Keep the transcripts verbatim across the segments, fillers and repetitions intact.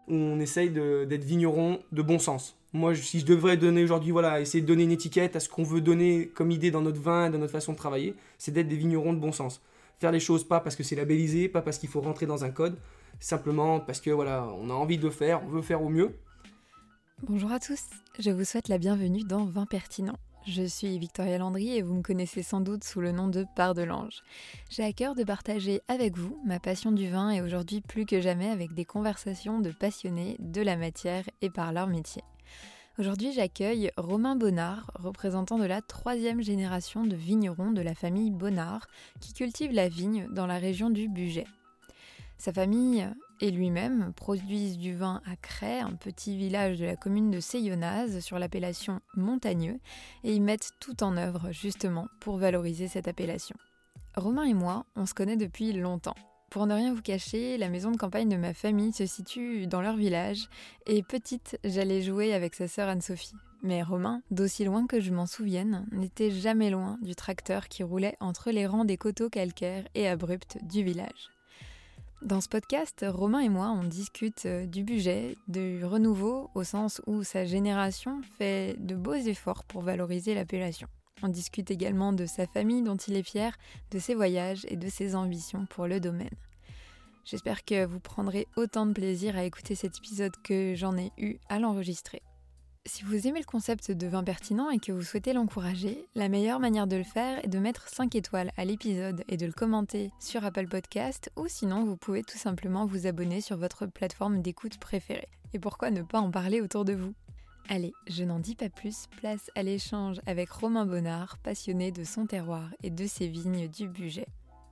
où on essaye de, d'être vigneron de bon sens. Moi, je, si je devrais donner aujourd'hui, voilà, essayer de donner une étiquette à ce qu'on veut donner comme idée dans notre vin, dans notre façon de travailler, c'est d'être des vignerons de bon sens. Faire les choses pas parce que c'est labellisé, pas parce qu'il faut rentrer dans un code, simplement parce que voilà, on a envie de le faire, on veut faire au mieux. Bonjour à tous, je vous souhaite la bienvenue dans Vin Pertinent. Je suis Victoria Landry et vous me connaissez sans doute sous le nom de Part de l'Ange. J'ai à cœur de partager avec vous ma passion du vin et aujourd'hui plus que jamais avec des conversations de passionnés de la matière et par leur métier. Aujourd'hui j'accueille Romain Bonnard, représentant de la troisième génération de vignerons de la famille Bonnard qui cultive la vigne dans la région du Bugey. Sa famille et lui-même produisent du vin à Crest, un petit village de la commune de Seyonnaz sur l'appellation Montagneux, et ils mettent tout en œuvre justement pour valoriser cette appellation. Romain et moi, on se connaît depuis longtemps. Pour ne rien vous cacher, la maison de campagne de ma famille se situe dans leur village, et petite, j'allais jouer avec sa sœur Anne-Sophie. Mais Romain, d'aussi loin que je m'en souvienne, n'était jamais loin du tracteur qui roulait entre les rangs des coteaux calcaires et abrupts du village. Dans ce podcast, Romain et moi, on discute du Bugey, du renouveau, au sens où sa génération fait de beaux efforts pour valoriser l'appellation. On discute également de sa famille dont il est fier, de ses voyages et de ses ambitions pour le domaine. J'espère que vous prendrez autant de plaisir à écouter cet épisode que j'en ai eu à l'enregistrer. Si vous aimez le concept de Vin Pertinent et que vous souhaitez l'encourager, la meilleure manière de le faire est de mettre cinq étoiles à l'épisode et de le commenter sur Apple Podcast ou sinon vous pouvez tout simplement vous abonner sur votre plateforme d'écoute préférée. Et pourquoi ne pas en parler autour de vous ? Allez, je n'en dis pas plus, place à l'échange avec Romain Bonnard, passionné de son terroir et de ses vignes du Bugey.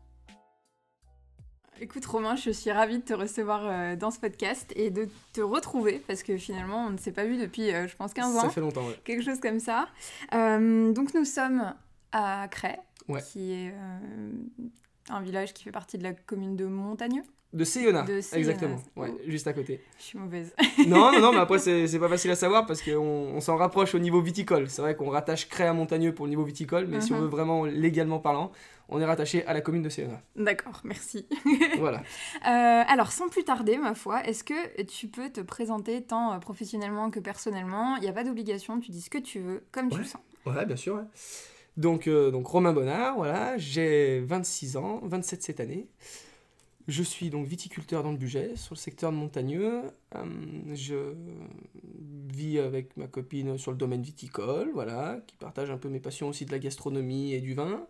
Écoute Romain, je suis ravie de te recevoir euh, dans ce podcast et de te retrouver parce que finalement on ne s'est pas vu depuis euh, je pense quinze ans. Ça fait longtemps, ouais. Quelque chose comme ça. Euh, donc nous sommes à Crest, Ouais. qui est euh, un village qui fait partie de la commune de Montagneux. De Seyonnaz, De Seyonnaz. exactement, ouais, juste à côté. Je suis mauvaise. Non, non, non, mais après c'est, c'est pas facile à savoir parce qu'on on s'en rapproche au niveau viticole. C'est vrai qu'on rattache Crest à Montagneux pour le niveau viticole, mais mm-hmm. si on veut vraiment légalement parlant, on est rattaché à la commune de Seyonnaz. D'accord, merci. Voilà. Euh, alors, sans plus tarder, ma foi, est-ce que tu peux te présenter tant professionnellement que personnellement ? Il n'y a pas d'obligation, tu dis ce que tu veux, comme ouais. tu le sens. Ouais, bien sûr. Ouais. Donc, euh, donc, Romain Bonnard, voilà, j'ai vingt-six ans, vingt-sept cette année. Je suis donc viticulteur dans le Bugey, sur le secteur de Montagneux. Euh, je vis avec ma copine sur le domaine viticole, voilà, qui partage un peu mes passions aussi de la gastronomie et du vin.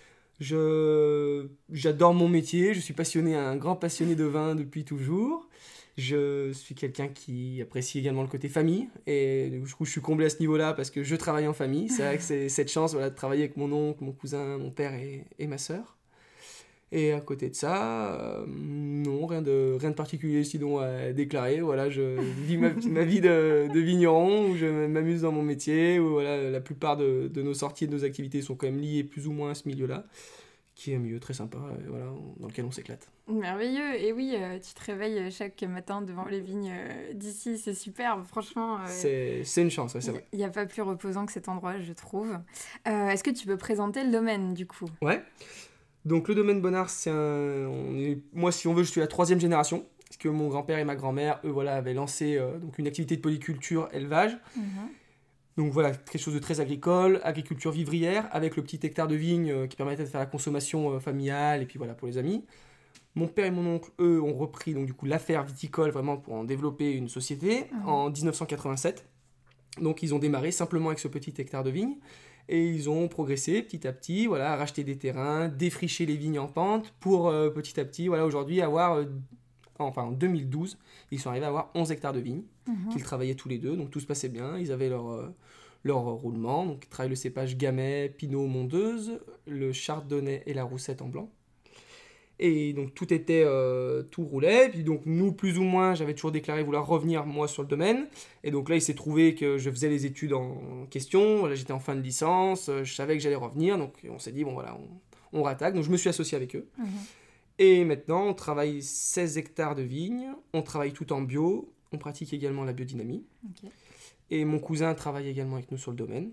Je, j'adore mon métier, je suis passionné, un grand passionné de vin depuis toujours. Je suis quelqu'un qui apprécie également le côté famille, et du coup je suis comblé à ce niveau-là parce que je travaille en famille. C'est vrai que c'est cette chance, voilà, de travailler avec mon oncle, mon cousin, mon père et, et ma sœur. Et à côté de ça, euh, non, rien de, rien de particulier sinon à déclarer. Voilà, je vis ma, ma vie de, de vigneron, où je m'amuse dans mon métier, où voilà, la plupart de, de nos sorties et de nos activités sont quand même liées plus ou moins à ce milieu-là, qui est un milieu très sympa, voilà, dans lequel on s'éclate. Merveilleux, et oui, euh, tu te réveilles chaque matin devant les vignes euh, d'ici, c'est superbe, franchement. Euh, c'est, c'est une chance, ouais, c'est vrai. Il n'y a pas plus reposant que cet endroit, je trouve. Euh, est-ce que tu peux présenter le domaine, du coup ? Ouais. Donc le domaine Bonnard, c'est un... On est... moi si on veut, je suis la troisième génération, parce que mon grand-père et ma grand-mère, eux, voilà, avaient lancé euh, donc une activité de polyculture, élevage. Mmh. Donc voilà, quelque chose de très agricole, agriculture vivrière, avec le petit hectare de vigne euh, qui permettait de faire la consommation euh, familiale, et puis voilà, pour les amis. Mon père et mon oncle, eux, ont repris donc du coup l'affaire viticole, vraiment pour en développer une société, mmh. en dix-neuf cent quatre-vingt-sept. Donc ils ont démarré simplement avec ce petit hectare de vigne. Et ils ont progressé petit à petit, voilà, racheter des terrains, défricher les vignes en pente pour euh, petit à petit, voilà, aujourd'hui avoir, euh, enfin en deux mille douze, ils sont arrivés à avoir onze hectares de vignes, mmh. qu'ils travaillaient tous les deux, donc tout se passait bien, ils avaient leur, euh, leur roulement, donc ils travaillaient le cépage Gamay, Pinot, Mondeuse, le Chardonnay et la Roussette en blanc. Et donc tout était, euh, tout roulait, puis donc nous plus ou moins, j'avais toujours déclaré vouloir revenir moi sur le domaine, et donc là il s'est trouvé que je faisais les études en question, là j'étais en fin de licence, je savais que j'allais revenir, donc on s'est dit bon voilà, on, on rattaque, donc je me suis associé avec eux. Mmh. Et maintenant on travaille seize hectares de vignes, on travaille tout en bio, on pratique également la biodynamie, okay. Et mon cousin travaille également avec nous sur le domaine,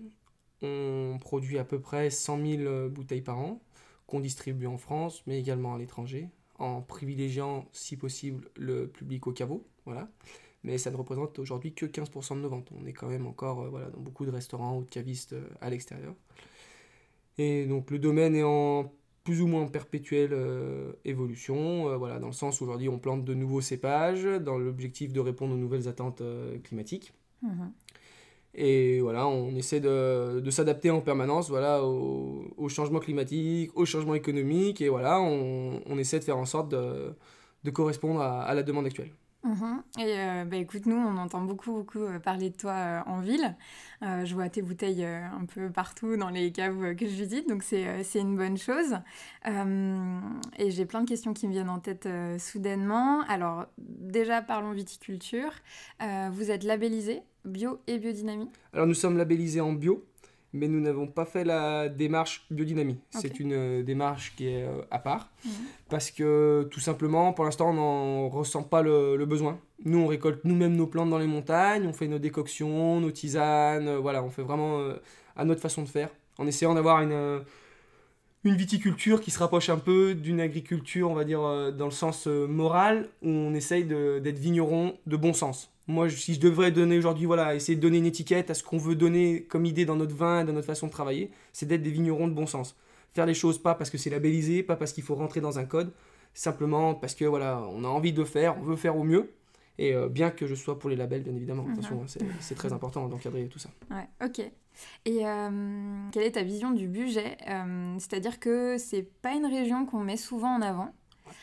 on produit à peu près cent mille bouteilles par an, qu'on distribue en France, mais également à l'étranger, en privilégiant, si possible, le public au caveau, voilà. mais ça ne représente aujourd'hui que quinze pour cent de nos ventes. On est quand même encore euh, voilà, dans beaucoup de restaurants ou de cavistes euh, à l'extérieur. Et donc le domaine est en plus ou moins en perpétuelle euh, évolution, euh, voilà, dans le sens où aujourd'hui on plante de nouveaux cépages, dans l'objectif de répondre aux nouvelles attentes euh, climatiques. Mmh. Et voilà, on essaie de, de s'adapter en permanence voilà, au, au changement climatique, au changement économique, et voilà, on, on essaie de faire en sorte de, de correspondre à, à la demande actuelle. Mmh. Et euh, bah, écoute, nous, on entend beaucoup, beaucoup euh, parler de toi euh, en ville. Euh, je vois tes bouteilles euh, un peu partout dans les caves que je visite, donc c'est, euh, c'est une bonne chose. Euh, et j'ai plein de questions qui me viennent en tête euh, soudainement. Alors, déjà, parlons viticulture. Euh, vous êtes labellisé bio et biodynamie ? Alors, nous sommes labellisés en bio, mais nous n'avons pas fait la démarche biodynamie. Okay. C'est une euh, démarche qui est euh, à part, mmh. parce que tout simplement, pour l'instant, on n'en ressent pas le, le besoin. Nous, on récolte nous-mêmes nos plantes dans les montagnes, on fait nos décoctions, nos tisanes, euh, voilà, on fait vraiment euh, à notre façon de faire, en essayant d'avoir une, euh, une viticulture qui se rapproche un peu d'une agriculture, on va dire, euh, dans le sens euh, moral, où on essaye de, d'être vigneron de bon sens. Moi, si je devrais donner aujourd'hui, voilà, essayer de donner une étiquette à ce qu'on veut donner comme idée dans notre vin et dans notre façon de travailler, c'est d'être des vignerons de bon sens. Faire les choses pas parce que c'est labellisé, pas parce qu'il faut rentrer dans un code, simplement parce que voilà, on a envie de le faire, on veut faire au mieux. Et euh, bien que je sois pour les labels, bien évidemment, mm-hmm. attention, c'est, c'est très important d'encadrer tout ça. Ouais, ok. Et euh, quelle est ta vision du budget ? euh, C'est-à-dire que c'est pas une région qu'on met souvent en avant.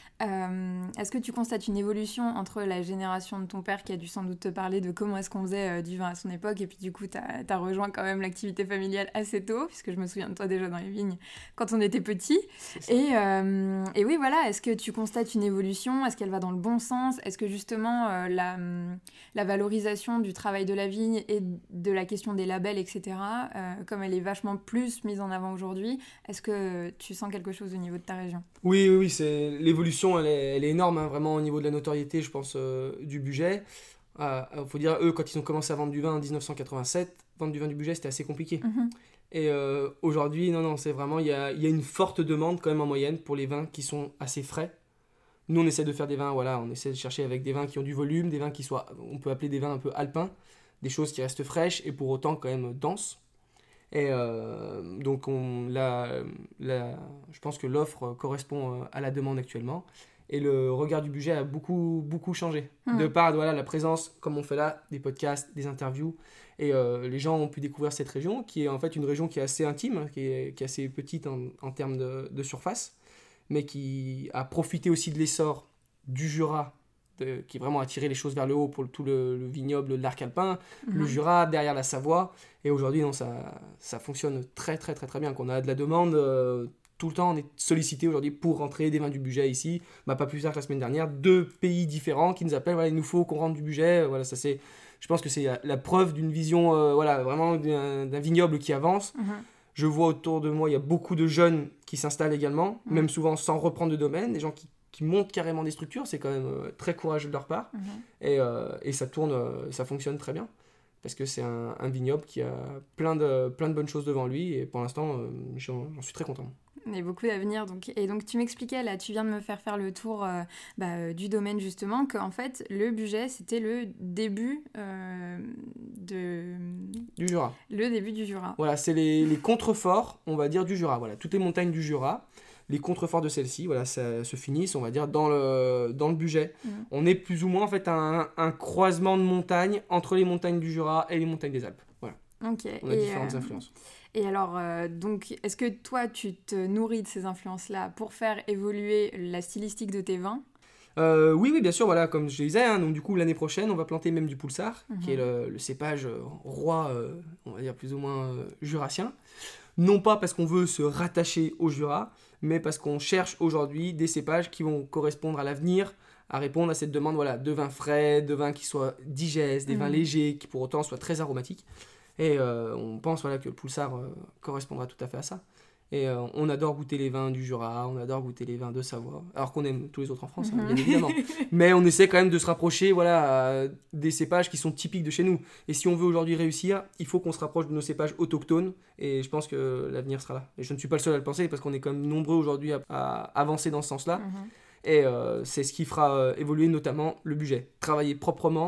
Euh, est-ce que tu constates une évolution entre la génération de ton père qui a dû sans doute te parler de comment est-ce qu'on faisait euh, du vin à son époque et puis du coup t'as, t'as rejoint quand même l'activité familiale assez tôt puisque je me souviens de toi déjà dans les vignes quand on était petit et, euh, et oui voilà, est-ce que tu constates une évolution ? Est-ce qu'elle va dans le bon sens ? Est-ce que justement euh, la, la valorisation du travail de la vigne et de la question des labels etc euh, comme elle est vachement plus mise en avant aujourd'hui, est-ce que tu sens quelque chose au niveau de ta région ? Oui, oui, oui, c'est l'évolution. Elle est, elle est énorme, hein, vraiment au niveau de la notoriété, je pense, euh, du budget. Il euh, faut dire, eux, quand ils ont commencé à vendre du vin en dix-neuf cent quatre-vingt-sept, vendre du vin du budget, c'était assez compliqué. Mm-hmm. Et euh, aujourd'hui, non, non, c'est vraiment, il y a, y a une forte demande quand même en moyenne pour les vins qui sont assez frais. Nous, on essaie de faire des vins, voilà, on essaie de chercher avec des vins qui ont du volume, des vins qui soient, on peut appeler des vins un peu alpins, des choses qui restent fraîches et pour autant quand même denses. Et euh, donc, on, la, la, je pense que l'offre correspond à la demande actuellement. Et le regard du budget a beaucoup, beaucoup changé. Mmh. De par voilà, la présence, comme on fait là, des podcasts, des interviews. Et euh, les gens ont pu découvrir cette région, qui est en fait une région qui est assez intime, qui est, qui est assez petite en, en termes de, de surface, mais qui a profité aussi de l'essor du Jura, de, qui vraiment a tiré les choses vers le haut pour le, tout le, le vignoble, l'arc alpin, mmh. le Jura, derrière la Savoie. Et aujourd'hui, non, ça, ça fonctionne très, très, très, très bien. Qu'on a de la demande... Euh, tout le temps, on est sollicité aujourd'hui pour rentrer des vins du budget ici. Bah, pas plus tard que la semaine dernière, deux pays différents qui nous appellent, voilà, il nous faut qu'on rentre du budget. Voilà, ça, c'est, je pense que c'est la, la preuve d'une vision, euh, voilà, vraiment d'un, d'un vignoble qui avance. Mmh. Je vois autour de moi, il y a beaucoup de jeunes qui s'installent également, mmh. même souvent sans reprendre de domaine, des gens qui, qui montent carrément des structures, c'est quand même euh, très courageux de leur part. Mmh. Et, euh, et ça tourne, euh, ça fonctionne très bien. Parce que c'est un, un vignoble qui a plein de, plein de bonnes choses devant lui, et pour l'instant, euh, j'en, j'en suis très content. Il y a beaucoup d'avenir. Donc. Et donc, tu m'expliquais, là, tu viens de me faire faire le tour euh, bah, du domaine, justement, qu'en fait, le budget, c'était le début euh, de... du Jura. Le début du Jura. Voilà, c'est les, les contreforts, on va dire, du Jura. Voilà, toutes les montagnes du Jura, les contreforts de celles-ci, voilà, ça se finissent, on va dire, dans le, dans le budget. Mmh. On est plus ou moins, en fait, un, un croisement de montagnes entre les montagnes du Jura et les montagnes des Alpes. Voilà. Ok. On a et différentes euh... influences. Et alors, euh, donc, est-ce que toi, tu te nourris de ces influences-là pour faire évoluer la stylistique de tes vins ? euh, Oui, oui, bien sûr, voilà, comme je le disais, hein, donc du coup, l'année prochaine, on va planter même du Poulsard, mm-hmm. qui est le, le cépage euh, roi, euh, on va dire plus ou moins euh, jurassien. Non pas parce qu'on veut se rattacher au Jura, mais parce qu'on cherche aujourd'hui des cépages qui vont correspondre à l'avenir, à répondre à cette demande voilà, de vins frais, de vins qui soient digestes, des mm-hmm. vins légers, qui pour autant soient très aromatiques. Et euh, on pense voilà, que le Poulsard euh, correspondra tout à fait à ça. Et euh, on adore goûter les vins du Jura, on adore goûter les vins de Savoie, alors qu'on aime tous les autres en France, mm-hmm. hein, bien évidemment. Mais on essaie quand même de se rapprocher voilà, des cépages qui sont typiques de chez nous. Et si on veut aujourd'hui réussir, il faut qu'on se rapproche de nos cépages autochtones. Et je pense que l'avenir sera là. Et je ne suis pas le seul à le penser, parce qu'on est quand même nombreux aujourd'hui à, à avancer dans ce sens-là. Mm-hmm. Et euh, c'est ce qui fera euh, évoluer notamment le budget. Travailler proprement,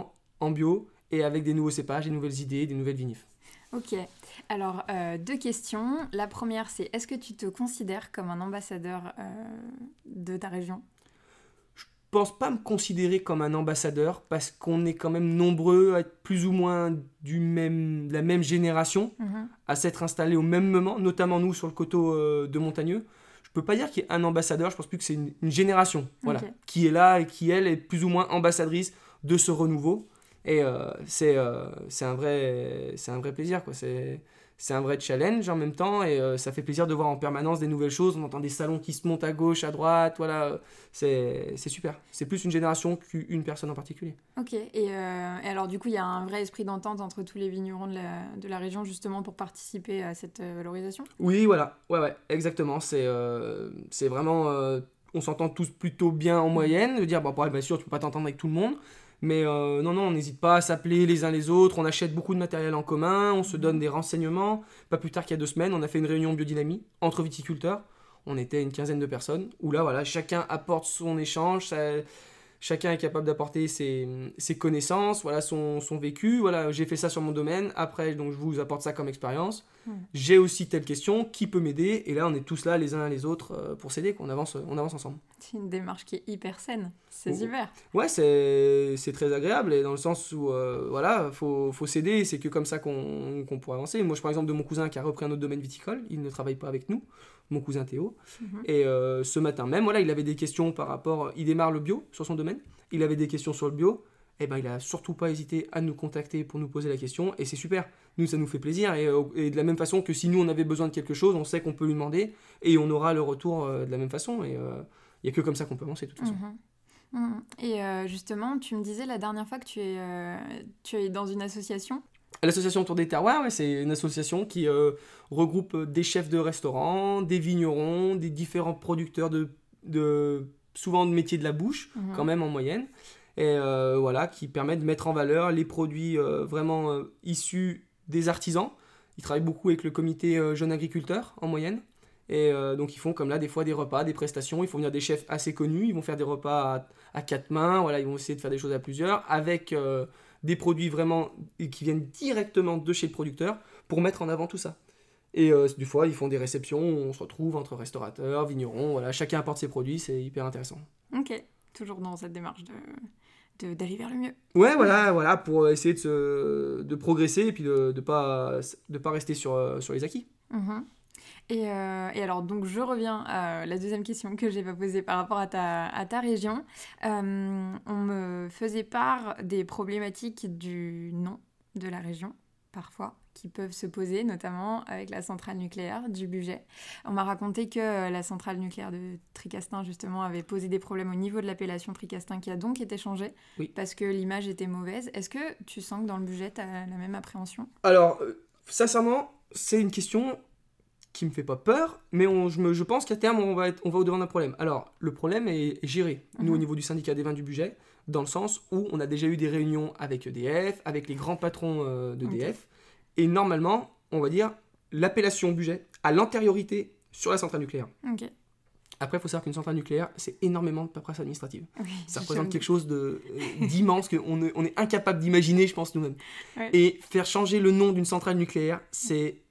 en bio et avec des nouveaux cépages, des nouvelles idées, des nouvelles vinifs. Ok, alors euh, deux questions. La première, c'est est-ce que tu te considères comme un ambassadeur euh, de ta région ? Je pense pas me considérer comme un ambassadeur parce qu'on est quand même nombreux à être plus ou moins du même, de la même génération, mm-hmm. à s'être installés au même moment, notamment nous sur le coteau euh, de Montagneux. Je peux pas dire qu'il y ait un ambassadeur, je pense plus que c'est une, une génération voilà, okay. qui est là et qui, elle, est plus ou moins ambassadrice de ce renouveau. Et euh, c'est, euh, c'est, un vrai, c'est un vrai plaisir, quoi. C'est, c'est un vrai challenge en même temps, et euh, ça fait plaisir de voir en permanence des nouvelles choses. On entend des salons qui se montent à gauche, à droite, voilà. C'est, c'est super. C'est plus une génération qu'une personne en particulier. Ok, et, euh, et alors du coup, il y a un vrai esprit d'entente entre tous les vignerons de la, de la région, justement, pour participer à cette euh, valorisation ? Oui, voilà, ouais, ouais, exactement. C'est, euh, c'est vraiment... Euh, on s'entend tous plutôt bien en moyenne, de dire, bon, bien sûr, tu peux pas t'entendre avec tout le monde, mais euh, non, non, on n'hésite pas à s'appeler les uns les autres, on achète beaucoup de matériel en commun, on se donne des renseignements. Pas plus tard qu'il y a deux semaines, on a fait une réunion biodynamie entre viticulteurs, on était une quinzaine de personnes, où là, voilà, chacun apporte son échange, ça, chacun est capable d'apporter ses, ses connaissances, voilà, son, son vécu, voilà, j'ai fait ça sur mon domaine, après, donc je vous apporte ça comme expérience. Mmh. J'ai aussi telle question, qui peut m'aider ? Et là, on est tous là, les uns les autres, euh, pour s'aider, qu'on avance, on avance ensemble. C'est une démarche qui est hyper saine, c'est super. Ouais, c'est, c'est très agréable, et dans le sens où, euh, voilà, faut, faut s'aider, et c'est que comme ça qu'on, qu'on pourra avancer. Moi, je prends l'exemple de mon cousin qui a repris un autre domaine viticole, il ne travaille pas avec nous, mon cousin Théo, mmh. et euh, ce matin même, voilà, il avait des questions par rapport, il démarre le bio sur son domaine, il avait des questions sur le bio, et ben il a surtout pas hésité à nous contacter pour nous poser la question, et c'est super. Nous, ça nous fait plaisir, et, et de la même façon que si nous, on avait besoin de quelque chose, on sait qu'on peut lui demander, et on aura le retour euh, de la même façon, et il euh, n'y a que comme ça qu'on peut avancer, de toute façon. Mmh. Mmh. Et euh, justement, tu me disais la dernière fois que tu es, euh, tu es dans une association. L'association Autour des Terroirs, ouais, c'est une association qui euh, regroupe des chefs de restaurants, des vignerons, des différents producteurs, de, de, souvent de métiers de la bouche, mmh. quand même en moyenne, et euh, voilà, qui permet de mettre en valeur les produits euh, vraiment euh, issus des artisans. Ils travaillent beaucoup avec le comité euh, jeunes agriculteurs en moyenne, et euh, donc ils font comme là des fois des repas, des prestations, ils font venir des chefs assez connus, ils vont faire des repas à, à quatre mains, voilà, ils vont essayer de faire des choses à plusieurs, avec euh, des produits vraiment qui viennent directement de chez le producteur pour mettre en avant tout ça. Et euh, des fois ils font des réceptions où on se retrouve entre restaurateurs, vignerons, voilà, chacun apporte ses produits, c'est hyper intéressant. Ok, toujours dans cette démarche de... De, d'aller vers le mieux. Ouais, voilà, voilà, pour essayer de, se, de progresser et puis de ne de pas, de pas rester sur, sur les acquis. Mmh. Et, euh, et alors, donc, je reviens à la deuxième question que je n'ai pas posée par rapport à ta, à ta région. Euh, on me faisait part des problématiques du nom de la région, parfois, qui peuvent se poser, notamment avec la centrale nucléaire du budget. On m'a raconté que la centrale nucléaire de Tricastin, justement, avait posé des problèmes au niveau de l'appellation Tricastin, qui a donc été changée, oui. parce que l'image était mauvaise. Est-ce que tu sens que dans le budget, tu as la même appréhension ? Alors, euh, sincèrement, c'est une question qui me fait pas peur, mais on, je, me, je pense qu'à terme, on va, être, on va au-devant d'un problème. Alors, le problème est, est géré, mmh. nous, au niveau du syndicat des vins du budget, dans le sens où on a déjà eu des réunions avec E D F, avec les grands patrons euh, d'E D F, okay. Et normalement, on va dire, l'appellation budget a l'antériorité sur la centrale nucléaire. Okay. Après, il faut savoir qu'une centrale nucléaire, c'est énormément de paperasse administrative. Oui, ça représente quelque chose de, euh, d'immense qu'on est, on est incapable d'imaginer, je pense, nous-mêmes. Ouais. Et faire changer le nom d'une centrale nucléaire, c'est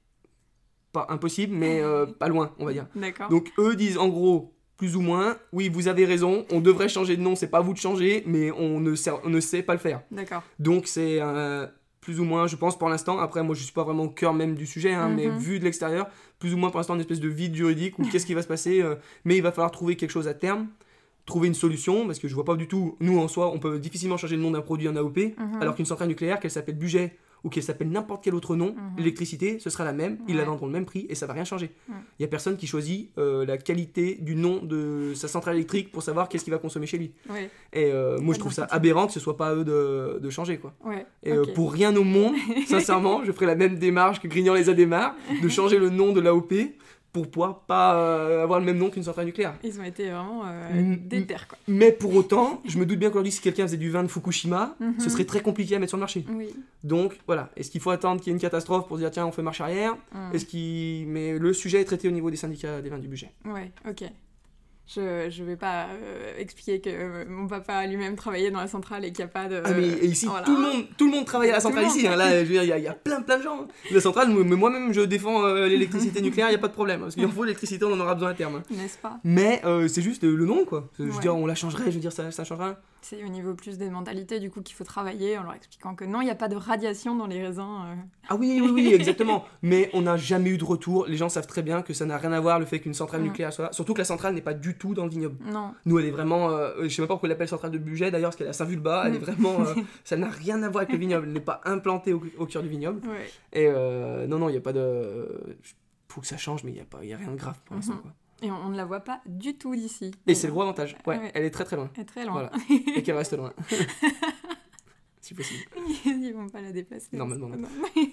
pas impossible, mais euh, pas loin, on va dire. D'accord. Donc, eux disent, en gros, plus ou moins, oui, vous avez raison, on devrait changer de nom, c'est pas à vous de changer, mais on ne sait, on ne sait pas le faire. D'accord. Donc, c'est... Euh, plus ou moins, je pense, pour l'instant, après, moi, je suis pas vraiment au cœur même du sujet, hein, mm-hmm. mais vu de l'extérieur, plus ou moins, pour l'instant, une espèce de vide juridique, ou qu'est-ce qui va se passer, euh, mais il va falloir trouver quelque chose à terme, trouver une solution, parce que je vois pas du tout, nous, en soi, on peut difficilement changer le nom d'un produit en A O P, mm-hmm. alors qu'une centrale nucléaire, qu'elle s'appelle budget, ou qu'elle s'appelle n'importe quel autre nom, mm-hmm. l'électricité, ce sera la même, ils ouais. la vendront le même prix, et ça va rien changer. Il mm. y a personne qui choisit euh, la qualité du nom de sa centrale électrique pour savoir qu'est-ce qu'il va consommer chez lui. Ouais. Et euh, moi, je trouve ça aberrant que ce soit pas à eux de, de changer, quoi. Ouais. Et okay. euh, pour rien au monde, sincèrement, je ferai la même démarche que Grignan les a démarre, de changer le nom de l'A O P pour pouvoir pas euh, avoir le même nom qu'une centrale nucléaire. Ils ont été vraiment euh, déter, quoi. Mais pour autant, je me doute bien qu'aujourd'hui, si quelqu'un faisait du vin de Fukushima, mm-hmm. ce serait très compliqué à mettre sur le marché. Oui. Donc, voilà. Est-ce qu'il faut attendre qu'il y ait une catastrophe pour se dire, tiens, on fait marche arrière mm. Est-ce qu'il... Mais le sujet est traité au niveau des syndicats des vins du budget. Ouais, ok. Je je vais pas euh, expliquer que euh, mon papa lui-même travaillait dans la centrale et qu'il n'y a pas de... Ah mais et ici, voilà. tout, le monde, tout le monde travaille à la centrale ici. Hein. Là, je veux dire, il y, a, il y a plein plein de gens. Hein. La centrale, mais moi-même, je défends euh, l'électricité nucléaire, il n'y a pas de problème. Parce qu'il en faut l'électricité, on en aura besoin à terme. Hein. N'est-ce pas? Mais euh, c'est juste le nom, quoi. Je veux ouais. dire, on la changerait, je veux dire, ça, ça changera. C'est au niveau plus des mentalités, du coup, qu'il faut travailler en leur expliquant que non, il n'y a pas de radiation dans les raisins. Euh... Ah oui, oui, oui, exactement. Mais on n'a jamais eu de retour. Les gens savent très bien que ça n'a rien à voir le fait qu'une centrale mmh. nucléaire soit là. Surtout que la centrale n'est pas du tout dans le vignoble. Non. Nous, elle est vraiment... Euh, je sais même pas pourquoi elle l'appelle centrale de budget, d'ailleurs, parce qu'elle est à Saint-Vulbas. Elle est vraiment... Euh, ça n'a rien à voir avec le vignoble. Elle n'est pas implantée au, au cœur du vignoble. Ouais. Et euh, non, non, il n'y a pas de... Faut que ça change, mais il n'y a, pas, y a rien de grave pour l'instant, mmh. quoi. Et on, on ne la voit pas du tout d'ici. Et c'est le gros avantage. Ouais, ouais, elle est très très loin. Elle est très loin. Voilà. Et qu'elle reste loin. Si possible. Ils vont pas la dépasser. Normalement, non.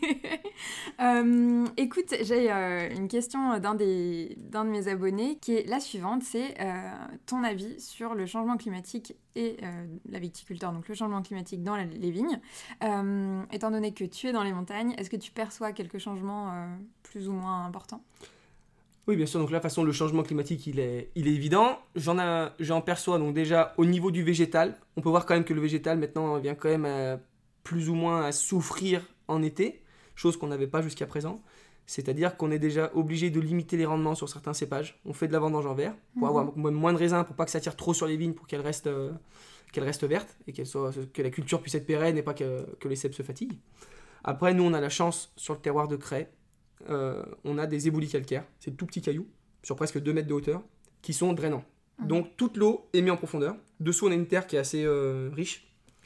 euh, écoute, j'ai euh, une question d'un, des, d'un de mes abonnés qui est la suivante. C'est euh, ton avis sur le changement climatique et euh, la viticulture, donc le changement climatique dans la, les vignes. Euh, étant donné que tu es dans les montagnes, est-ce que tu perçois quelques changements euh, plus ou moins importants ? Oui, bien sûr. Donc là, de toute façon, le changement climatique, il est, il est évident. J'en, a, j'en perçois donc déjà au niveau du végétal. On peut voir quand même que le végétal, maintenant, vient quand même à, plus ou moins à souffrir en été, chose qu'on n'avait pas jusqu'à présent. C'est-à-dire qu'on est déjà obligé de limiter les rendements sur certains cépages. On fait de la vendange en verre pour mmh. avoir moins de raisins, pour pas que ça tire trop sur les vignes, pour qu'elles restent, euh, qu'elles restent vertes et qu'elles soient, que la culture puisse être pérenne et pas que, que les cèpes se fatiguent. Après, nous, on a la chance, sur le terroir de Cray, Euh, on a des éboulis calcaires, c'est de tout petits cailloux, sur presque deux mètres de hauteur, qui sont drainants. Mmh. Donc toute l'eau est mise en profondeur. Dessous, on a une terre qui est assez euh, riche.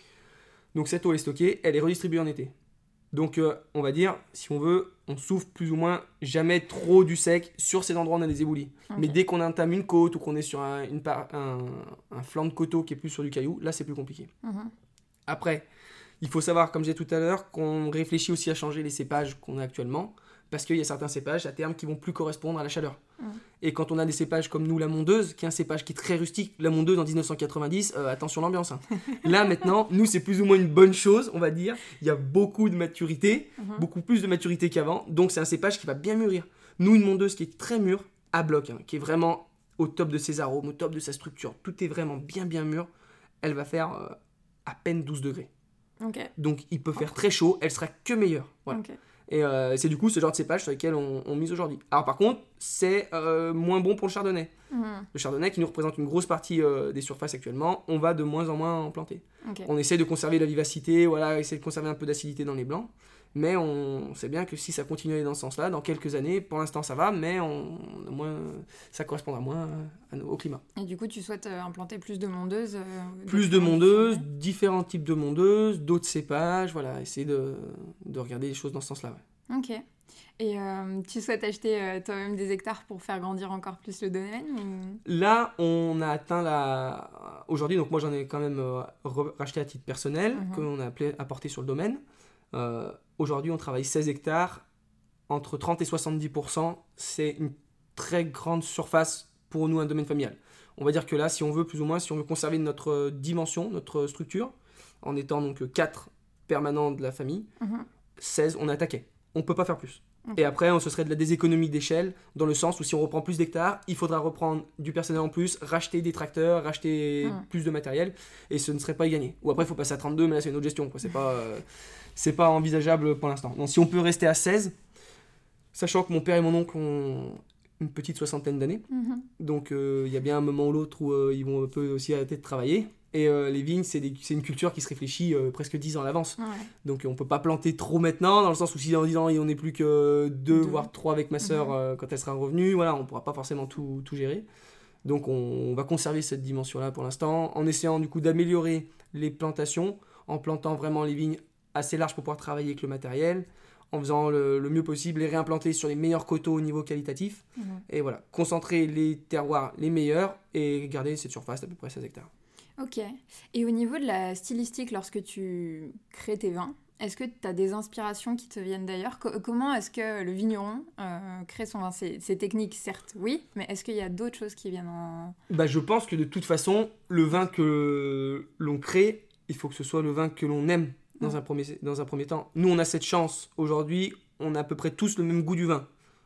Donc cette eau est stockée, elle est redistribuée en été. Donc euh, on va dire, si on veut, on souffre plus ou moins jamais trop du sec sur ces endroits où on a des éboulis. Okay. Mais dès qu'on entame une côte ou qu'on est sur un, une par, un, un flanc de coteau qui est plus sur du caillou, là c'est plus compliqué. Mmh. Après, il faut savoir, comme j'ai dit tout à l'heure, qu'on réfléchit aussi à changer les cépages qu'on a actuellement. Parce qu'il y a certains cépages à terme qui vont plus correspondre à la chaleur. Mmh. Et quand on a des cépages comme nous, la mondeuse, qui est un cépage qui est très rustique, la mondeuse en dix-neuf cent quatre-vingt-dix, euh, attention l'ambiance. Hein. Là maintenant, nous c'est plus ou moins une bonne chose, on va dire. Il y a beaucoup de maturité, mmh. beaucoup plus de maturité qu'avant, donc c'est un cépage qui va bien mûrir. Nous, une mondeuse qui est très mûre, à bloc, hein, qui est vraiment au top de ses arômes, au top de sa structure, tout est vraiment bien bien mûr, elle va faire euh, à peine douze degrés. Okay. Donc il peut faire très chaud, elle sera que meilleure. Voilà. Okay. Et euh, c'est du coup ce genre de cépage sur lesquels on, on mise aujourd'hui. Alors par contre, c'est euh, moins bon pour le chardonnay. Mmh. Le chardonnay qui nous représente une grosse partie euh, des surfaces actuellement, on va de moins en moins en planter. Okay. On essaie de conserver la vivacité, voilà, essayer de conserver un peu d'acidité dans les blancs. Mais on sait bien que si ça continue à aller dans ce sens-là, dans quelques années, pour l'instant ça va, mais on, moins, ça correspondra moins à, à, au climat. Et du coup, tu souhaites euh, implanter plus de mondeuses euh, Plus de mondeuses, différents types de mondeuses, d'autres cépages, voilà, essayer de, de regarder les choses dans ce sens-là. Ouais. Ok. Et euh, tu souhaites acheter euh, toi-même des hectares pour faire grandir encore plus le domaine ou... Là, on a atteint la... Aujourd'hui, donc moi j'en ai quand même euh, racheté à titre personnel, mm-hmm. qu'on a appelé, apporté sur le domaine. Euh, aujourd'hui, on travaille seize hectares, entre trente et soixante-dix pour cent, c'est une très grande surface pour nous, un domaine familial. On va dire que là, si on veut plus ou moins, si on veut conserver notre dimension, notre structure, en étant donc quatre permanents de la famille, mm-hmm. seize, on attaquait. On ne peut pas faire plus. Okay. Et après, on, ce serait de la déséconomie d'échelle, dans le sens où si on reprend plus d'hectares, il faudra reprendre du personnel en plus, racheter des tracteurs, racheter mm. plus de matériel, et ce ne serait pas y gagner. Ou après, il faut passer à trente-deux, mais là, c'est une autre gestion, quoi. C'est pas... Euh... c'est pas envisageable pour l'instant. Donc si on peut rester à seize, sachant que mon père et mon oncle ont une petite soixantaine d'années, mm-hmm. donc il euh, y a bien un moment ou l'autre où euh, ils vont un peu aussi arrêter de travailler, et euh, les vignes, c'est, des, c'est une culture qui se réfléchit euh, presque dix ans à l'avance. Ouais. Donc on peut pas planter trop maintenant, dans le sens où si dans dix ans on n'est plus que deux, deux. voire trois avec ma sœur mm-hmm. euh, quand elle sera revenue, voilà, on pourra pas forcément tout, tout gérer. Donc on, on va conserver cette dimension-là pour l'instant, en essayant du coup d'améliorer les plantations, en plantant vraiment les vignes assez large pour pouvoir travailler avec le matériel, en faisant le, le mieux possible, les réimplanter sur les meilleurs coteaux au niveau qualitatif, mmh. et voilà, concentrer les terroirs les meilleurs et garder cette surface d'à peu près seize hectares. Ok. Et au niveau de la stylistique, lorsque tu crées tes vins, est-ce que tu as des inspirations qui te viennent d'ailleurs ? Co- Comment est-ce que le vigneron euh, crée son vin ? c'est, c'est technique, certes, oui, mais est-ce qu'il y a d'autres choses qui viennent en... Bah, je pense que de toute façon, le vin que l'on crée, il faut que ce soit le vin que l'on aime. Dans un, premier, dans un premier temps. Nous, on a cette chance. Aujourd'hui, on a à peu près tous le même goût du vin.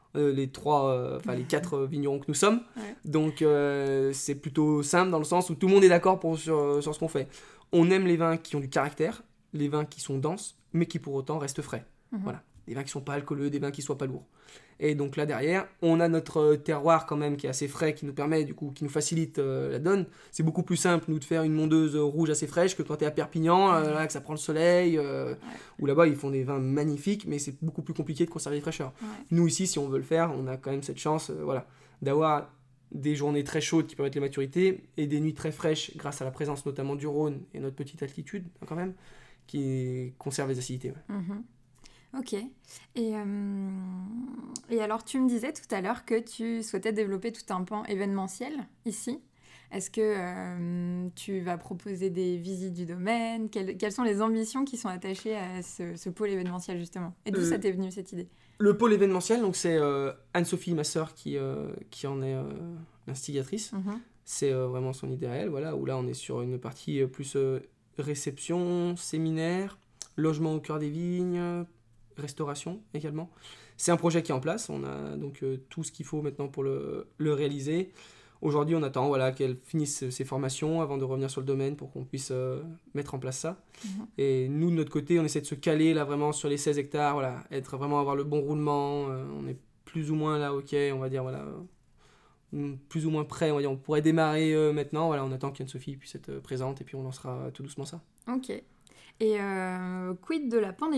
euh, les trois, enfin euh, les quatre euh, vignerons que nous sommes. Ouais. Donc euh, c'est plutôt simple dans le sens où tout le monde est d'accord pour, sur, sur ce qu'on fait. On aime les vins qui ont du caractère, les vins qui sont denses, mais qui pour autant restent frais. Mm-hmm. Voilà. Des vins qui sont pas alcooleux, des vins qui soient pas lourds. Et donc là derrière, on a notre terroir quand même qui est assez frais, qui nous permet du coup, qui nous facilite euh, la donne. C'est beaucoup plus simple nous de faire une mondeuse rouge assez fraîche que quand t'es à Perpignan, euh, là, que ça prend le soleil. Euh, ouais. Où là-bas ils font des vins magnifiques, mais c'est beaucoup plus compliqué de conserver les fraîcheurs. Ouais. Nous ici, si on veut le faire, on a quand même cette chance, euh, voilà, d'avoir des journées très chaudes qui permettent les maturités et des nuits très fraîches grâce à la présence notamment du Rhône et notre petite altitude quand même, qui conserve les acidités. Ouais. Mm-hmm. Ok. Et, euh, et alors, tu me disais tout à l'heure que tu souhaitais développer tout un pan événementiel ici. Est-ce que euh, tu vas proposer des visites du domaine ? Quelles, quelles sont les ambitions qui sont attachées à ce, ce pôle événementiel, justement ? Et d'où euh, ça t'est venu, cette idée ? Le pôle événementiel, donc c'est euh, Anne-Sophie, ma sœur, qui, euh, qui en est euh, l'instigatrice. Mm-hmm. C'est euh, vraiment son idée à elle, voilà, où là, on est sur une partie plus euh, réception, séminaire, logement au cœur des vignes, restauration également. C'est un projet qui est en place, on a donc euh, tout ce qu'il faut maintenant pour le, le réaliser. Aujourd'hui, on attend voilà, qu'elle finisse ses formations avant de revenir sur le domaine pour qu'on puisse euh, mettre en place ça. Mmh. Et nous, de notre côté, on essaie de se caler là vraiment sur les seize hectares, voilà, être vraiment avoir le bon roulement. Euh, on est plus ou moins là, ok, on va dire, voilà, euh, plus ou moins prêt, on va dire, on pourrait démarrer euh, maintenant. Voilà, on attend qu'Anne-Sophie puisse être présente et puis on lancera tout doucement ça. Ok. Et euh, quid de la pandémie ?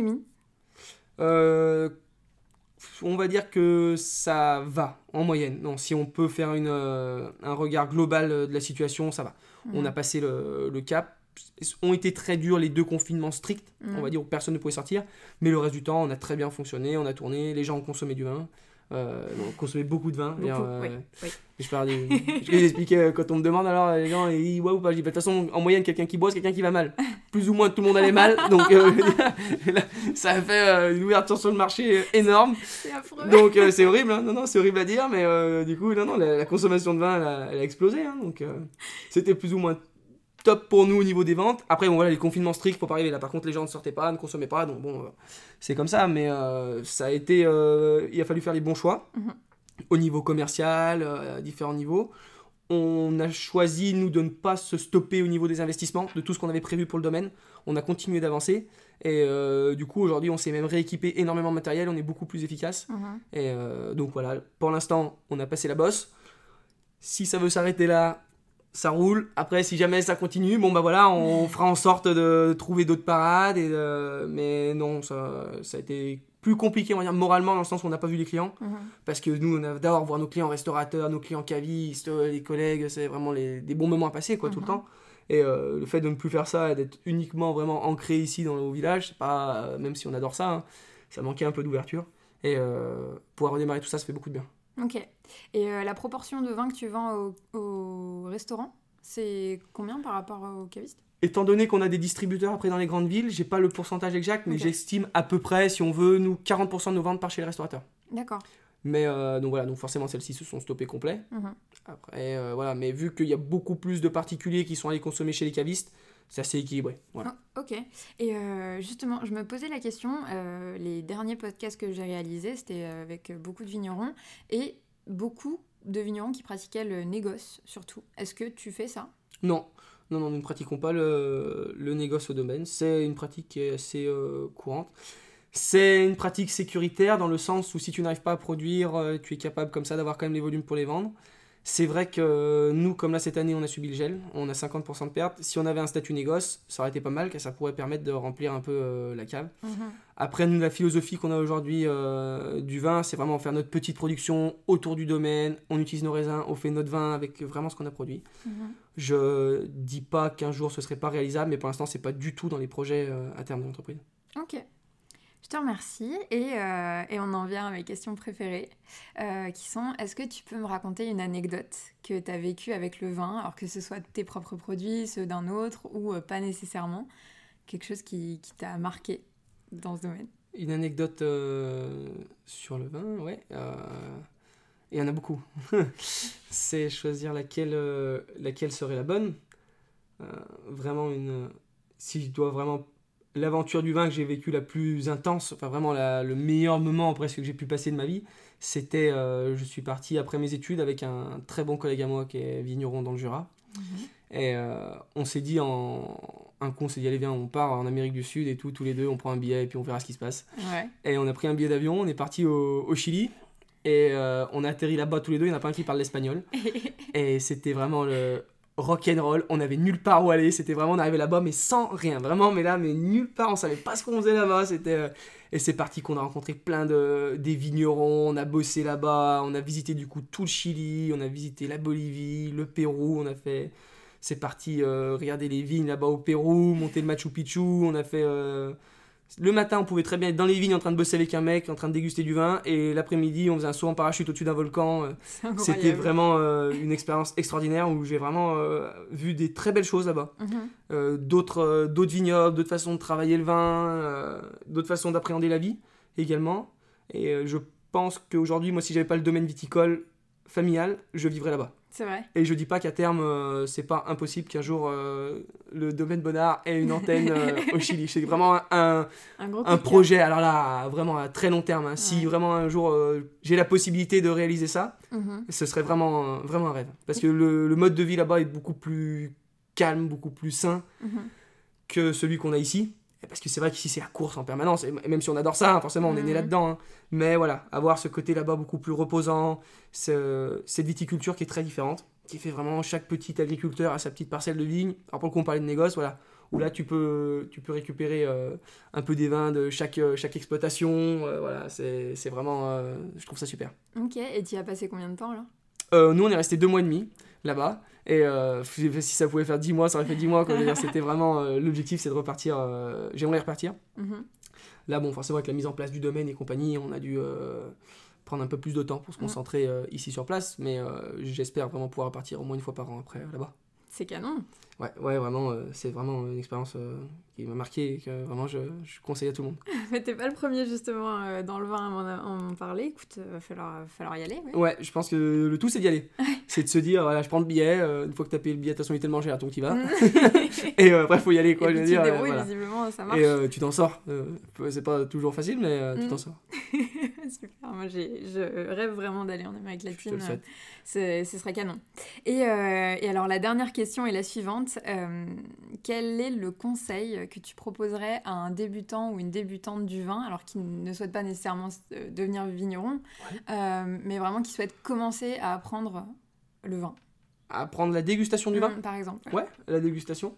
Euh, on va dire que ça va, en moyenne. Non, si on peut faire une, euh, un regard global de la situation, ça va. Mmh. On a passé le, le cap. Ont été très durs les deux confinements stricts, mmh. on va dire, où personne ne pouvait sortir. Mais le reste du temps, on a très bien fonctionné, on a tourné, les gens ont consommé du vin. Euh, on consommait beaucoup de vin. Beaucoup, euh, oui, oui. Je, parle des, je les expliquais quand on me demande alors les gens ils boivent ou pas. Je dis de toute façon en moyenne quelqu'un qui boit c'est quelqu'un qui va mal. Plus ou moins tout le monde allait mal donc euh, là, ça a fait euh, une ouverture sur le marché énorme. C'est affreux. Donc euh, c'est horrible hein. non non c'est horrible à dire mais euh, du coup non non la, la consommation de vin elle a, elle a explosé hein, donc euh, c'était plus ou moins top pour nous au niveau des ventes. Après bon voilà les confinements stricts faut pas arriver là par contre les gens ne sortaient pas ne consommaient pas donc bon euh, c'est comme ça mais euh, ça a été euh, il a fallu faire les bons choix mm-hmm. au niveau commercial euh, à différents niveaux. On a choisi nous de ne pas se stopper au niveau des investissements de tout ce qu'on avait prévu pour le domaine. On a continué d'avancer et euh, du coup aujourd'hui on s'est même rééquipé énormément de matériel, on est beaucoup plus efficace mm-hmm. et euh, donc voilà pour l'instant on a passé la bosse. Si ça veut s'arrêter là ça roule. Après, si jamais ça continue, bon bah voilà, on fera en sorte de trouver d'autres parades. Et de... Mais non, ça, ça a été plus compliqué, on va dire, moralement, dans le sens où on n'a pas vu les clients. Mmh. Parce que nous, on a d'abord voir nos clients restaurateurs, nos clients cavistes, les collègues, c'est vraiment les, des bons moments à passer, quoi, mmh. tout le temps. Et euh, le fait de ne plus faire ça, d'être uniquement vraiment ancré ici dans nos villages, c'est pas, euh, même si on adore ça, hein, ça manquait un peu d'ouverture. Et euh, pouvoir redémarrer tout ça, ça fait beaucoup de bien. Ok. Et euh, la proportion de vin que tu vends au, au restaurant, c'est combien par rapport aux cavistes ? Étant donné qu'on a des distributeurs après dans les grandes villes, j'ai pas le pourcentage exact, mais okay. j'estime à peu près, si on veut, nous, quarante pour cent de nos ventes par chez les restaurateurs. D'accord. Mais euh, donc voilà, donc forcément celles-ci se sont stoppées complet. Mmh. Après, euh, voilà, mais vu qu'il y a beaucoup plus de particuliers qui sont allés consommer chez les cavistes, c'est assez équilibré. Voilà. Oh, ok. Et euh, justement, je me posais la question, euh, les derniers podcasts que j'ai réalisés, c'était avec beaucoup de vignerons, et beaucoup de vignerons qui pratiquaient le négoce, surtout. Est-ce que tu fais ça ? Non. Non, non, nous ne pratiquons pas le, le négoce au domaine. C'est une pratique qui est assez euh, courante. C'est une pratique sécuritaire dans le sens où si tu n'arrives pas à produire, euh, tu es capable comme ça d'avoir quand même les volumes pour les vendre. C'est vrai que nous, comme là cette année, on a subi le gel, on a cinquante pour cent de pertes. Si on avait un statut négoce, ça aurait été pas mal, car ça pourrait permettre de remplir un peu euh, la cave. Mmh. Après, nous, la philosophie qu'on a aujourd'hui euh, du vin, c'est vraiment faire notre petite production autour du domaine. On utilise nos raisins, on fait notre vin avec vraiment ce qu'on a produit. Mmh. Je dis pas qu'un jour ce serait pas réalisable, mais pour l'instant, c'est pas du tout dans les projets euh, à terme de l'entreprise. Ok. Je te remercie et, euh, et on en vient à mes questions préférées euh, qui sont, est-ce que tu peux me raconter une anecdote que tu as vécue avec le vin, alors que ce soit tes propres produits, ceux d'un autre ou euh, pas nécessairement, quelque chose qui, qui t'a marqué dans ce domaine ? Une anecdote euh, sur le vin, ouais. Euh, il y en a beaucoup. C'est choisir laquelle, euh, laquelle serait la bonne. Euh, vraiment une... Si je dois vraiment... l'aventure du vin que j'ai vécue la plus intense, enfin vraiment la, le meilleur moment presque que j'ai pu passer de ma vie, c'était, euh, je suis parti après mes études avec un très bon collègue à moi qui est vigneron dans le Jura. Mmh. Et euh, on s'est dit, en un coup, on s'est dit, allez viens, on part en Amérique du Sud et tout, tous les deux, on prend un billet et puis on verra ce qui se passe. Ouais. Et on a pris un billet d'avion, on est parti au, au Chili. Et euh, on a atterri là-bas tous les deux, il n'y en a pas un qui parle l'espagnol. Et c'était vraiment le rock'n'roll, on avait nulle part où aller, c'était vraiment, on arrivait là-bas mais sans rien, vraiment, mais là, mais nulle part, on savait pas ce qu'on faisait là-bas, c'était... Euh, et c'est parti qu'on a rencontré plein de des vignerons, on a bossé là-bas, on a visité du coup tout le Chili, on a visité la Bolivie, le Pérou, on a fait... C'est parti euh, regarder les vignes là-bas au Pérou, monter le Machu Picchu, on a fait... Euh, le matin, on pouvait très bien être dans les vignes en train de bosser avec un mec, en train de déguster du vin, et l'après-midi, on faisait un saut en parachute au-dessus d'un volcan. C'était vraiment euh, une expérience extraordinaire où j'ai vraiment euh, vu des très belles choses là-bas. Mm-hmm. Euh, d'autres, euh, d'autres vignobles, d'autres façons de travailler le vin, euh, d'autres façons d'appréhender la vie également. Et euh, je pense qu'aujourd'hui, moi, si j'avais pas le domaine viticole familial, je vivrais là-bas. C'est vrai. Et je dis pas qu'à terme, euh, c'est pas impossible qu'un jour euh, le domaine Bonnard ait une antenne euh, au Chili. C'est vraiment un, un, un, un projet, alors là, vraiment à très long terme. Hein. Ouais. Si vraiment un jour euh, j'ai la possibilité de réaliser ça, mm-hmm. ce serait vraiment, euh, vraiment un rêve. Parce que le, le mode de vie là-bas est beaucoup plus calme, beaucoup plus sain mm-hmm. que celui qu'on a ici. Parce que c'est vrai qu'ici c'est la course en permanence, et même si on adore ça, hein, forcément on mmh. est né là-dedans, hein. Mais voilà, avoir ce côté là-bas beaucoup plus reposant, ce, cette viticulture qui est très différente, qui fait vraiment chaque petit agriculteur a sa petite parcelle de vigne. Alors pour le coup on parlait de négoce, voilà, où là tu peux, tu peux récupérer euh, un peu des vins de chaque, chaque exploitation, euh, voilà, c'est, c'est vraiment, euh, je trouve ça super. Ok, et tu y as passé combien de temps là ? euh, Nous on est resté deux mois et demi là-bas. Et euh, si ça pouvait faire dix mois, ça aurait fait dix mois. Quoi. C'était vraiment euh, l'objectif, c'est de repartir. Euh, j'aimerais repartir. Mm-hmm. Là, bon, forcément, avec la mise en place du domaine et compagnie, on a dû euh, prendre un peu plus de temps pour se concentrer euh, ici sur place. Mais euh, j'espère vraiment pouvoir repartir au moins une fois par an après là-bas. C'est canon. Ouais, ouais, vraiment, euh, c'est vraiment une expérience euh, qui m'a marqué et que vraiment je, je conseille à tout le monde. Mais t'es pas le premier justement euh, dans le vin à m'en, à m'en parler. Écoute, il va falloir, falloir y aller. Ouais. ouais, je pense que le tout c'est d'y aller. C'est de se dire, voilà, je prends le billet, euh, une fois que t'as payé le billet, de toute façon il est tellement cher, donc t'y vas. et euh, bref, faut y aller quoi. Et je veux tu dire, te débrouilles, voilà. visiblement, ça marche. Et euh, tu t'en sors. Euh, c'est pas toujours facile, mais euh, tu mm. t'en sors. Super, moi j'ai, je rêve vraiment d'aller en Amérique latine. Je te le souhaite. C'est, ce serait canon. Et, euh, et alors la dernière question est la suivante. Euh, quel est le conseil que tu proposerais à un débutant ou une débutante du vin, alors qui ne souhaite pas nécessairement devenir vigneron, ouais. euh, mais vraiment qui souhaite commencer à apprendre le vin ? À apprendre la dégustation du vin ? mmh, Par exemple. Ouais, la dégustation.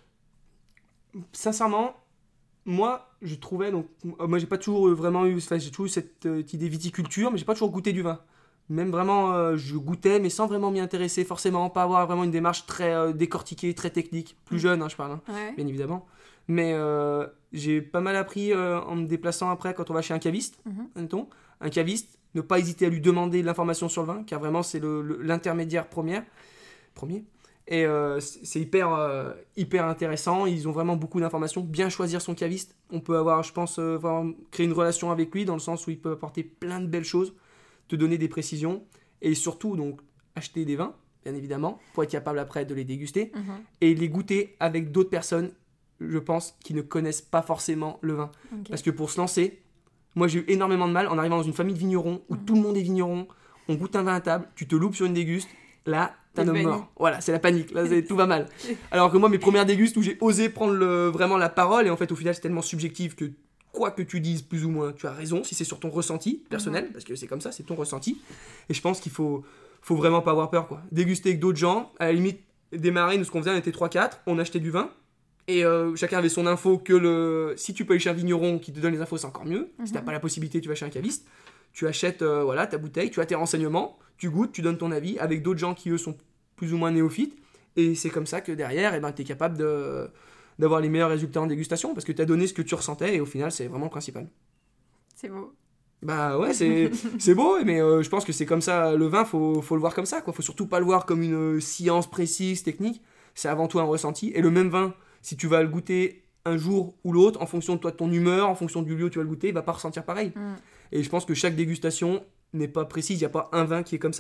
Sincèrement, moi, je trouvais, donc, moi j'ai pas toujours vraiment eu, enfin, j'ai toujours eu cette euh, idée viticulture, mais j'ai pas toujours goûté du vin. Même vraiment, euh, je goûtais, mais sans vraiment m'y intéresser, forcément, pas avoir vraiment une démarche très euh, décortiquée, très technique. Plus jeune, hein, je parle, hein, ouais. bien évidemment. Mais euh, j'ai pas mal appris euh, en me déplaçant après quand on va chez un caviste, mm-hmm. un caviste, ne pas hésiter à lui demander de l'information sur le vin, car vraiment c'est le, le, l'intermédiaire premier. premier. Et euh, c'est hyper, euh, hyper intéressant, ils ont vraiment beaucoup d'informations. Bien choisir son caviste, on peut avoir, je pense, euh, créer une relation avec lui, dans le sens où il peut apporter plein de belles choses, te donner des précisions, et surtout donc acheter des vins, bien évidemment, pour être capable après de les déguster, mmh. et les goûter avec d'autres personnes, je pense, qui ne connaissent pas forcément le vin. Okay. Parce que pour se lancer, moi j'ai eu énormément de mal en arrivant dans une famille de vignerons, où mmh. tout le monde est vigneron, on goûte un vin à table, tu te loupes sur une déguste, là, t'es un homme mort. Voilà, c'est la panique, là c'est, tout va mal. Alors que moi, mes premières dégustes où j'ai osé prendre le, vraiment la parole, et en fait au final c'est tellement subjectif que quoi que tu dises, plus ou moins, tu as raison, si c'est sur ton ressenti personnel, mmh. parce que c'est comme ça, c'est ton ressenti. Et je pense qu'il faut, faut vraiment pas avoir peur, quoi. Déguster avec d'autres gens, à la limite, démarrer, nous ce qu'on faisait, on était trois quatre, on achetait du vin, et euh, chacun avait son info, que le... si tu peux aller chez un vigneron qui te donne les infos, c'est encore mieux. Mmh. Si t'as pas la possibilité, tu vas chez un caviste, tu achètes euh, voilà, ta bouteille, tu as tes renseignements, tu goûtes, tu donnes ton avis, avec d'autres gens qui, eux, sont plus ou moins néophytes, et c'est comme ça que derrière, eh ben, tu es capable de... d'avoir les meilleurs résultats en dégustation, parce que tu as donné ce que tu ressentais, et au final, c'est vraiment le principal. C'est beau. Bah ouais, c'est, c'est beau, mais euh, je pense que c'est comme ça, le vin, faut, faut le voir comme ça, quoi. Faut surtout pas le voir comme une science précise, technique, c'est avant tout un ressenti, et le même vin, si tu vas le goûter un jour ou l'autre, en fonction de toi, de ton humeur, en fonction du lieu où tu vas le goûter, il va pas ressentir pareil. Mm. Et je pense que chaque dégustation n'est pas précise, il n'y a pas un vin qui est comme ça.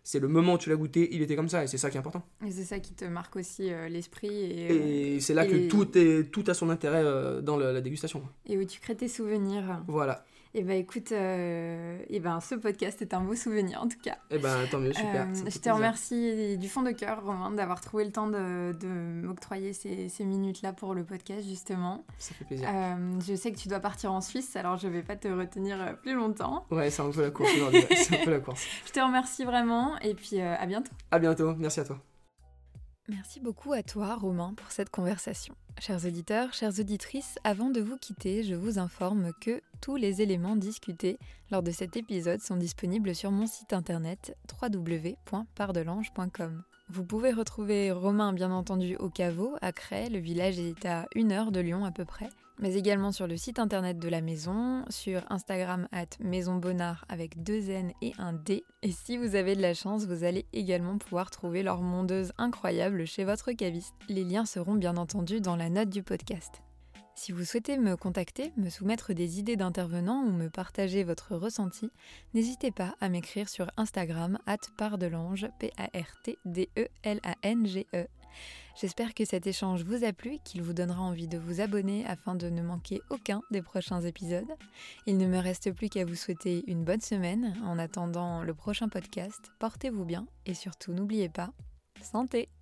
c'est le moment où tu l'as goûté, il était comme ça, et c'est ça qui est important. Et c'est ça qui te marque aussi euh, l'esprit. Et, et euh, c'est là et que les... tout, est, tout a son intérêt euh, dans le, la dégustation. Et où tu crées tes souvenirs. Voilà. Et bah écoute, euh, et ben ce podcast est un beau souvenir en tout cas. Et ben tant mieux, super. Euh, je te remercie du fond de cœur, Romain, d'avoir trouvé le temps de, de m'octroyer ces, ces minutes-là pour le podcast, justement. Ça fait plaisir. Euh, je sais que tu dois partir en Suisse, alors je vais pas te retenir plus longtemps. Ouais, c'est un peu la course aujourd'hui, ouais. C'est un peu la course. Je te remercie vraiment, et puis euh, à bientôt. À bientôt, merci à toi. Merci beaucoup à toi, Romain, pour cette conversation. Chers auditeurs, chères auditrices, avant de vous quitter, je vous informe que tous les éléments discutés lors de cet épisode sont disponibles sur mon site internet w w w point pardelange point com. Vous pouvez retrouver Romain, bien entendu, au Caveau, à Crest, le village est à une heure de Lyon à peu près, mais également sur le site internet de la maison, sur Instagram at maisonbonard avec deux N et un D. Et si vous avez de la chance, vous allez également pouvoir trouver leur mondeuse incroyable chez votre caviste. Les liens seront bien entendu dans la note du podcast. Si vous souhaitez me contacter, me soumettre des idées d'intervenants ou me partager votre ressenti, n'hésitez pas à m'écrire sur Instagram at pardelange, P A R T D E L A N G E. J'espère que cet échange vous a plu et qu'il vous donnera envie de vous abonner afin de ne manquer aucun des prochains épisodes. Il ne me reste plus qu'à vous souhaiter une bonne semaine. En attendant le prochain podcast, portez-vous bien et surtout n'oubliez pas, santé!